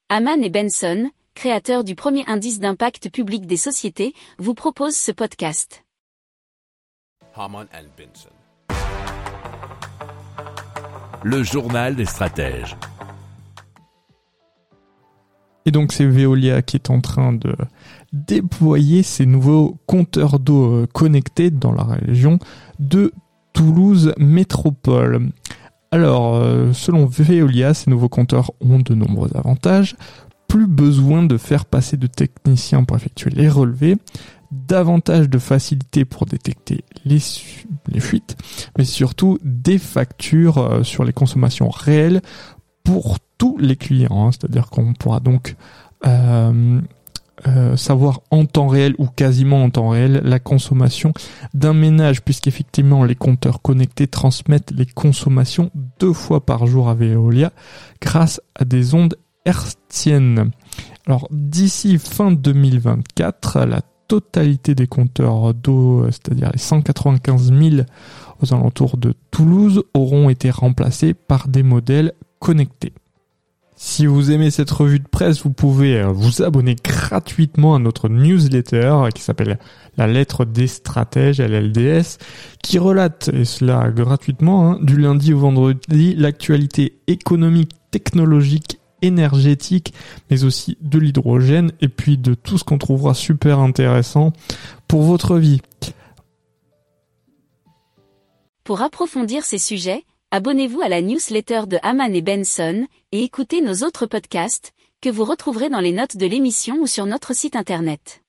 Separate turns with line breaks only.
Hamann et Benson, créateurs du premier indice d'impact public des sociétés, vous proposent ce podcast.
Hamann and Benson. Le journal des stratèges.
Et donc c'est Veolia qui est en train de déployer ces nouveaux compteurs d'eau connectés dans la région de Toulouse Métropole. Alors, selon Veolia, ces nouveaux compteurs ont de nombreux avantages. Plus besoin de faire passer de techniciens pour effectuer les relevés, davantage de facilité pour détecter les fuites, mais surtout des factures sur les consommations réelles pour tous les clients. C'est-à-dire qu'on pourra donc savoir en temps réel ou quasiment en temps réel la consommation d'un ménage, puisqu'effectivement les compteurs connectés transmettent les consommations 2 fois par jour à Veolia grâce à des ondes hertziennes. Alors d'ici fin 2024, la totalité des compteurs d'eau, c'est-à-dire les 195 000 aux alentours de Toulouse, auront été remplacés par des modèles connectés. Si vous aimez cette revue de presse, vous pouvez vous abonner gratuitement à notre newsletter qui s'appelle La Lettre des Stratèges, LLDS, qui relate, et cela gratuitement, du lundi au vendredi, l'actualité économique, technologique, énergétique, mais aussi de l'hydrogène, et puis de tout ce qu'on trouvera super intéressant pour votre vie.
Pour approfondir ces sujets, abonnez-vous à la newsletter de Hamann et Benson et écoutez nos autres podcasts que vous retrouverez dans les notes de l'émission ou sur notre site internet.